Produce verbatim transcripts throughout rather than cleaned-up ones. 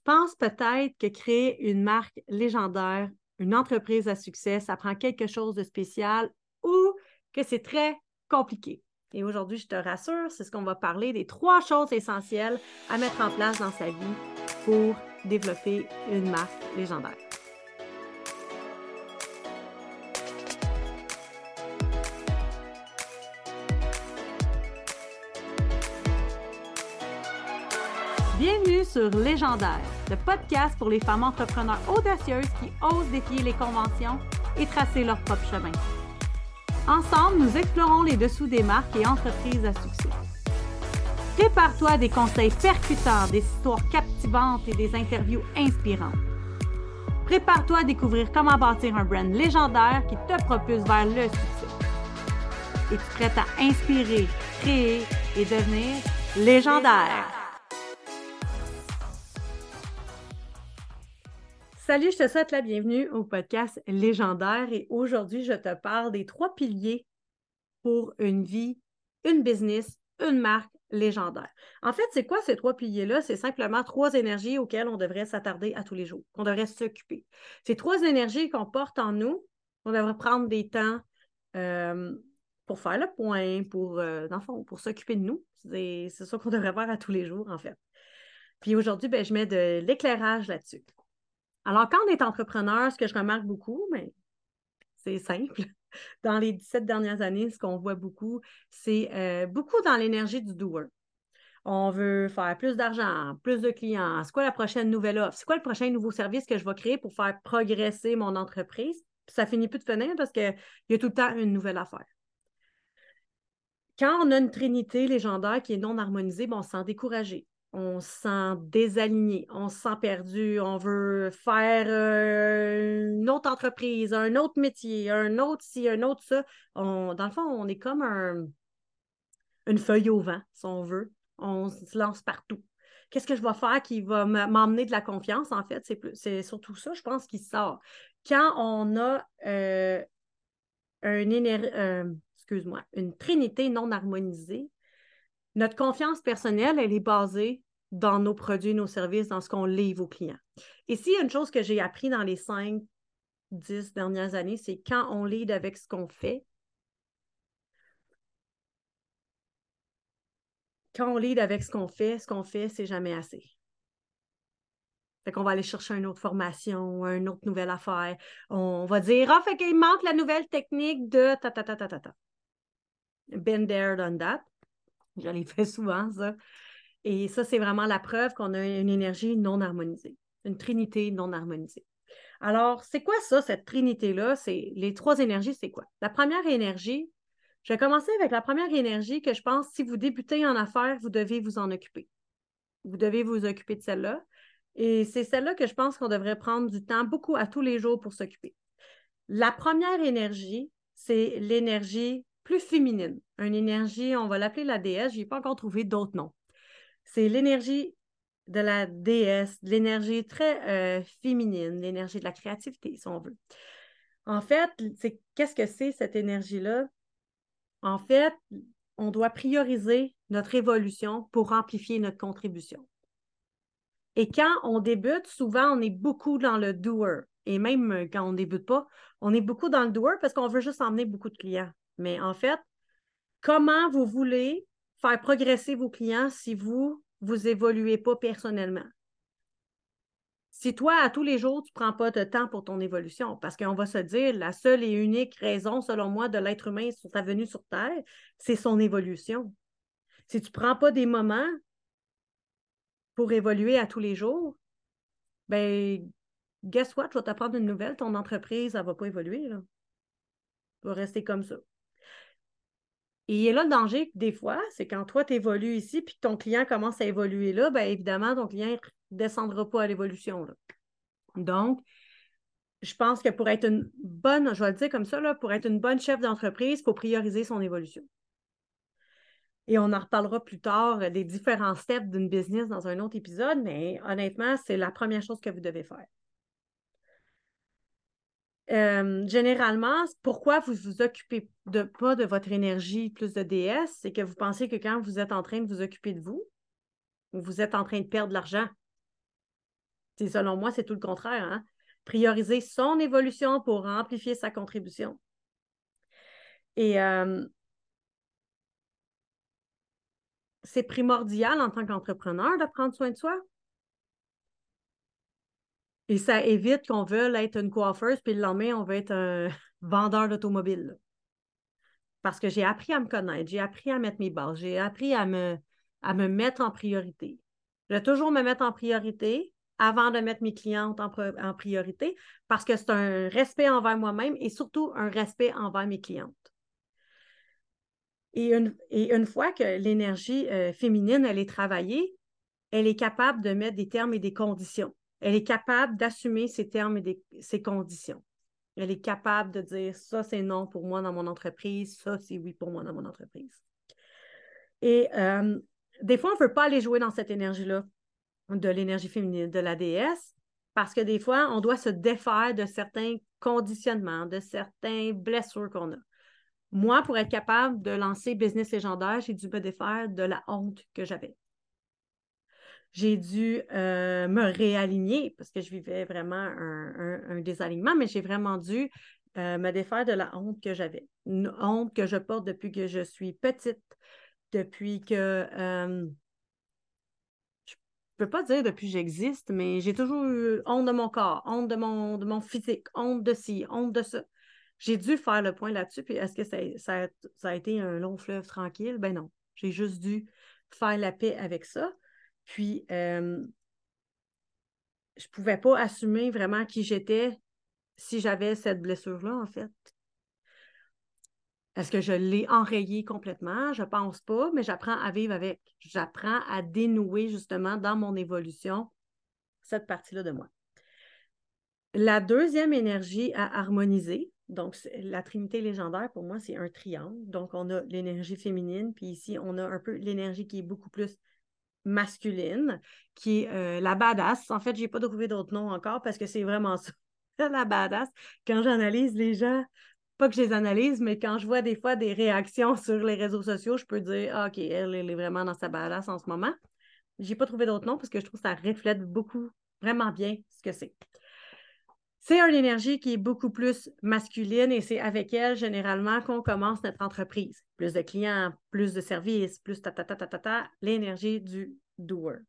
penses peut-être que créer une marque légendaire, une entreprise à succès, ça prend quelque chose de spécial ou que c'est très compliqué. Et aujourd'hui, je te rassure, c'est ce qu'on va parler des trois choses essentielles à mettre en place dans sa vie pour développer une marque légendaire. Bienvenue sur Légendaire, le podcast pour les femmes entrepreneurs audacieuses qui osent défier les conventions et tracer leur propre chemin. Ensemble, nous explorons les dessous des marques et entreprises à succès. Prépare-toi à des conseils percutants, des histoires captivantes et des interviews inspirantes. Prépare-toi à découvrir comment bâtir un brand légendaire qui te propulse vers le succès. Es-tu prête à inspirer, créer et devenir légendaire? Salut, je te souhaite la bienvenue au podcast Légendaire et aujourd'hui, je te parle des trois piliers pour une vie, une business, une marque légendaire. En fait, c'est quoi ces trois piliers-là? C'est simplement trois énergies auxquelles on devrait s'attarder à tous les jours, qu'on devrait s'occuper. Ces trois énergies qu'on porte en nous, on devrait prendre des temps euh, pour faire le point, pour, euh, dans le fond, pour s'occuper de nous. C'est, c'est ça qu'on devrait faire à tous les jours, en fait. Puis aujourd'hui, ben, je mets de l'éclairage là-dessus. Alors, quand on est entrepreneur, ce que je remarque beaucoup, mais c'est simple. Dans les dix-sept dernières années, ce qu'on voit beaucoup, c'est euh, beaucoup dans l'énergie du doer. On veut faire plus d'argent, plus de clients. C'est quoi la prochaine nouvelle offre? C'est quoi le prochain nouveau service que je vais créer pour faire progresser mon entreprise? Puis ça finit plus de finir parce qu'il y a tout le temps une nouvelle affaire. Quand on a une trinité légendaire qui est non harmonisée, ben, on se sent découragé. On se sent désaligné, on se sent perdu, on veut faire euh, une autre entreprise, un autre métier, un autre ci, un autre ça. On, dans le fond, on est comme un, une feuille au vent, si on veut. On se lance partout. Qu'est-ce que je vais faire qui va m'emmener de la confiance, en fait? C'est, plus, c'est surtout ça, je pense, qui sort. Quand on a euh, une énergie, euh, excuse-moi, une trinité non harmonisée, notre confiance personnelle, elle est basée dans nos produits, nos services, dans ce qu'on livre aux clients. Et s'il y a une chose que j'ai appris dans les cinq, dix dernières années, c'est quand on lead avec ce qu'on fait, quand on lead avec ce qu'on fait, ce qu'on fait, c'est jamais assez. Fait qu'on va aller chercher une autre formation, une autre nouvelle affaire. On va dire, ah, fait qu'il manque la nouvelle technique de ta ta ta ta ta ta. Been there, done that. Je l'ai fait souvent, ça. Et ça, c'est vraiment la preuve qu'on a une énergie non harmonisée, une trinité non harmonisée. Alors, c'est quoi ça, cette trinité-là? C'est, les trois énergies, c'est quoi? La première énergie, je vais commencer avec la première énergie que je pense, si vous débutez en affaires, vous devez vous en occuper. Vous devez vous occuper de celle-là. Et c'est celle-là que je pense qu'on devrait prendre du temps, beaucoup à tous les jours pour s'occuper. La première énergie, c'est l'énergie plus féminine. Une énergie, on va l'appeler la déesse, je n'ai pas encore trouvé d'autres noms. C'est l'énergie de la déesse, de l'énergie très euh, féminine, l'énergie de la créativité, si on veut. En fait, c'est, qu'est-ce que c'est cette énergie-là? En fait, on doit prioriser notre évolution pour amplifier notre contribution. Et quand on débute, souvent, on est beaucoup dans le doer. Et même quand on ne débute pas, on est beaucoup dans le doer parce qu'on veut juste emmener beaucoup de clients. Mais en fait, comment vous voulez faire progresser vos clients si vous vous évoluez pas personnellement? Si toi, à tous les jours, tu ne prends pas de temps pour ton évolution, parce qu'on va se dire, la seule et unique raison, selon moi, de l'être humain sur sa venue sur Terre, c'est son évolution. Si tu ne prends pas des moments pour évoluer à tous les jours, ben, guess what? Je vais t'apprendre une nouvelle, ton entreprise, elle ne va pas évoluer, là. Elle va rester comme ça. Et il y a là le danger, des fois, c'est quand toi, tu évolues ici, puis que ton client commence à évoluer là, bien évidemment, ton client ne descendra pas à l'évolution, là. Donc, je pense que pour être une bonne, je vais le dire comme ça, là, pour être une bonne chef d'entreprise, il faut prioriser son évolution. Et on en reparlera plus tard des différents steps d'une business dans un autre épisode, mais honnêtement, c'est la première chose que vous devez faire. Euh, généralement, pourquoi vous ne vous occupez de, pas de votre énergie plus de D S, c'est que vous pensez que quand vous êtes en train de vous occuper de vous, vous êtes en train de perdre de l'argent. C'est, selon moi, c'est tout le contraire. Hein? Prioriser son évolution pour amplifier sa contribution. Et euh, c'est primordial en tant qu'entrepreneur de prendre soin de soi. Et ça évite qu'on veuille être une coiffeuse, puis le lendemain, on veut être un vendeur d'automobile. Parce que j'ai appris à me connaître, j'ai appris à mettre mes bases, j'ai appris à me, à me mettre en priorité. Je vais toujours me mettre en priorité avant de mettre mes clientes en, en priorité parce que c'est un respect envers moi-même et surtout un respect envers mes clientes. Et une, et une fois que l'énergie euh, féminine, elle est travaillée, elle est capable de mettre des termes et des conditions. Elle est capable d'assumer ces termes et des, ces conditions. Elle est capable de dire ça, c'est non pour moi dans mon entreprise, ça, c'est oui pour moi dans mon entreprise. Et euh, des fois, on ne veut pas aller jouer dans cette énergie-là, de l'énergie féminine, de la déesse, parce que des fois, on doit se défaire de certains conditionnements, de certaines blessures qu'on a. Moi, pour être capable de lancer Business Légendaire, j'ai dû me défaire de la honte que j'avais. J'ai dû euh, me réaligner parce que je vivais vraiment un, un, un désalignement, mais j'ai vraiment dû euh, me défaire de la honte que j'avais. Une honte que je porte depuis que je suis petite, depuis que... Euh, je ne peux pas dire depuis que j'existe, mais j'ai toujours eu honte de mon corps, honte de mon, de mon physique, honte de ci, honte de ça. J'ai dû faire le point là-dessus, puis est-ce que ça, ça, ça a été un long fleuve tranquille? Ben non, j'ai juste dû faire la paix avec ça. Puis, euh, je ne pouvais pas assumer vraiment qui j'étais si j'avais cette blessure-là, en fait. Est-ce que je l'ai enrayée complètement? Je ne pense pas, mais j'apprends à vivre avec. J'apprends à dénouer, justement, dans mon évolution, cette partie-là de moi. La deuxième énergie à harmoniser, donc la Trinité légendaire, pour moi, c'est un triangle. Donc, on a l'énergie féminine, puis ici, on a un peu l'énergie qui est beaucoup plus masculine, qui est euh, la badass. En fait, je n'ai pas trouvé d'autres noms encore parce que c'est vraiment ça, la badass. Quand j'analyse les gens, pas que je les analyse, mais quand je vois des fois des réactions sur les réseaux sociaux, je peux dire ah, OK, elle, elle est vraiment dans sa badass en ce moment. Je n'ai pas trouvé d'autres noms parce que je trouve que ça reflète beaucoup, vraiment bien ce que c'est. C'est une énergie qui est beaucoup plus masculine et c'est avec elle, généralement, qu'on commence notre entreprise. Plus de clients, plus de services, plus ta ta ta ta ta ta, l'énergie du doer.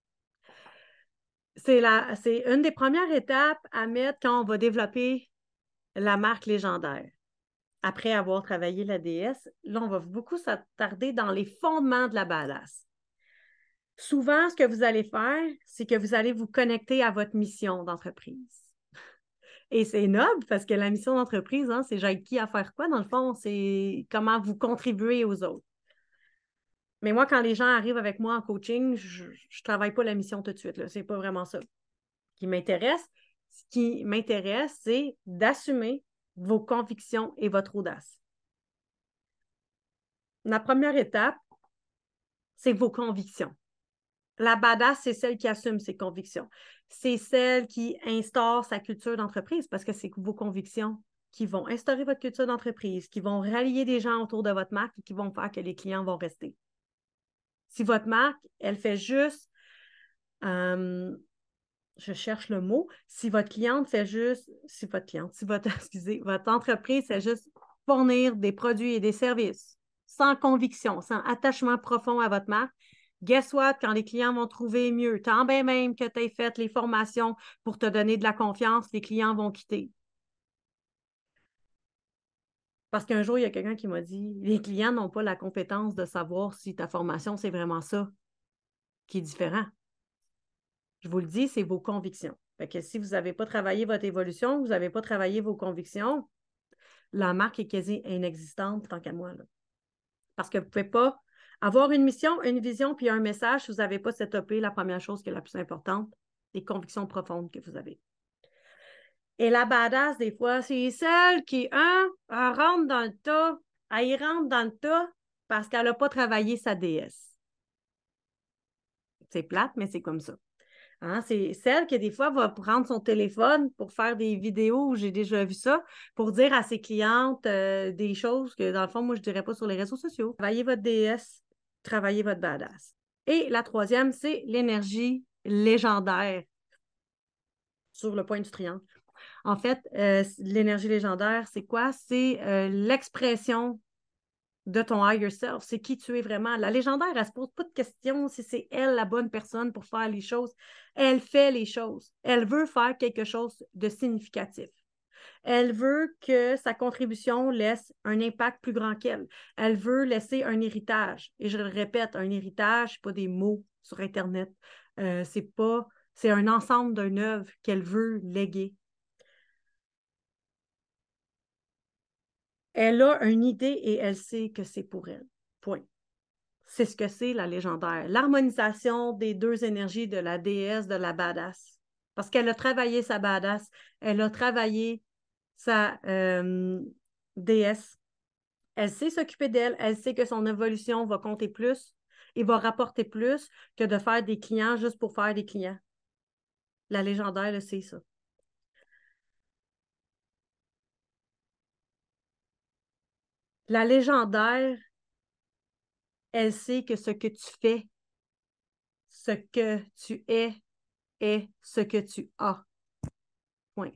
C'est, la, c'est une des premières étapes à mettre quand on va développer la marque légendaire. Après avoir travaillé la déesse, là, on va beaucoup s'attarder dans les fondements de la badass. Souvent, ce que vous allez faire, c'est que vous allez vous connecter à votre mission d'entreprise. Et c'est noble parce que la mission d'entreprise, hein, c'est j'aide qui à faire quoi? Dans le fond, c'est comment vous contribuez aux autres. Mais moi, quand les gens arrivent avec moi en coaching, je ne travaille pas la mission tout de suite. Ce n'est pas vraiment ça qui m'intéresse. Ce qui m'intéresse, c'est d'assumer vos convictions et votre audace. La première étape, c'est vos convictions. La badass, c'est celle qui assume ses convictions. C'est celle qui instaure sa culture d'entreprise parce que c'est vos convictions qui vont instaurer votre culture d'entreprise, qui vont rallier des gens autour de votre marque et qui vont faire que les clients vont rester. Si votre marque, elle fait juste, euh, je cherche le mot, si votre cliente fait juste, si votre cliente, si votre, excusez, votre entreprise fait juste fournir des produits et des services sans conviction, sans attachement profond à votre marque, guess what? Quand les clients vont trouver mieux, tant bien même que tu aies fait les formations pour te donner de la confiance, les clients vont quitter. Parce qu'un jour, il y a quelqu'un qui m'a dit, les clients n'ont pas la compétence de savoir si ta formation, c'est vraiment ça qui est différent. Je vous le dis, c'est vos convictions. Fait que si vous n'avez pas travaillé votre évolution, vous n'avez pas travaillé vos convictions, la marque est quasi inexistante tant qu'à moi. Là. Parce que vous ne pouvez pas avoir une mission, une vision, puis un message si vous n'avez pas setupé la première chose qui est la plus importante, les convictions profondes que vous avez. Et la badass, des fois, c'est celle qui, hein, elle rentre dans le tas, elle y rentre dans le tas parce qu'elle n'a pas travaillé sa déesse. C'est plate, mais c'est comme ça. Hein, c'est celle qui, des fois, va prendre son téléphone pour faire des vidéos, j'ai déjà vu ça, pour dire à ses clientes euh, des choses que, dans le fond, moi, je ne dirais pas sur les réseaux sociaux. Travaillez votre déesse, travaillez votre badass. Et la troisième, c'est l'énergie légendaire. sur le point du triangle. En fait, euh, l'énergie légendaire, c'est quoi? C'est euh, l'expression de ton higher self. C'est qui tu es vraiment. La légendaire, elle ne se pose pas de questions si c'est elle la bonne personne pour faire les choses. Elle fait les choses. Elle veut faire quelque chose de significatif. Elle veut que sa contribution laisse un impact plus grand qu'elle. Elle veut laisser un héritage. Et je le répète, un héritage, ce n'est pas des mots sur Internet. Euh, c'est pas, c'est un ensemble d'une œuvre qu'elle veut léguer. Elle a une idée et elle sait que c'est pour elle. Point. C'est ce que c'est la légendaire. L'harmonisation des deux énergies de la déesse, de la badass. Parce qu'elle a travaillé sa badass, elle a travaillé sa euh, déesse. Elle sait s'occuper d'elle, elle sait que son évolution va compter plus et va rapporter plus que de faire des clients juste pour faire des clients. La légendaire, elle sait ça. La légendaire, elle sait que ce que tu fais, ce que tu es, est ce que tu as. Point.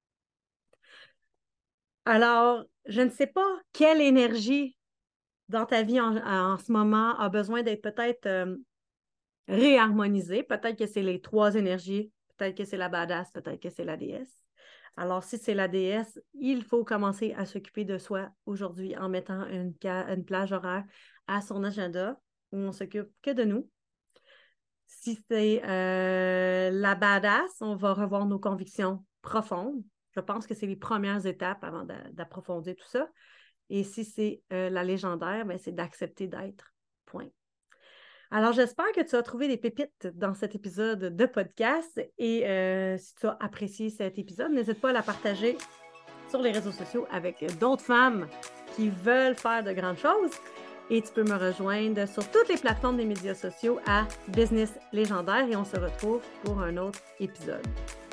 Alors, je ne sais pas quelle énergie dans ta vie en, en ce moment a besoin d'être peut-être euh, réharmonisée. Peut-être que c'est les trois énergies. Peut-être que c'est la badass, peut-être que c'est la déesse. Alors, si c'est la déesse, il faut commencer à s'occuper de soi aujourd'hui en mettant une, une plage horaire à son agenda où on s'occupe que de nous. Si c'est euh, la badass, on va revoir nos convictions profondes. Je pense que c'est les premières étapes avant d'approfondir tout ça. Et si c'est euh, la légendaire, ben, c'est d'accepter d'être. Point. Alors, j'espère que tu as trouvé des pépites dans cet épisode de podcast. Et euh, si tu as apprécié cet épisode, n'hésite pas à la partager sur les réseaux sociaux avec d'autres femmes qui veulent faire de grandes choses. Et tu peux me rejoindre sur toutes les plateformes des médias sociaux à Business Légendaire et on se retrouve pour un autre épisode.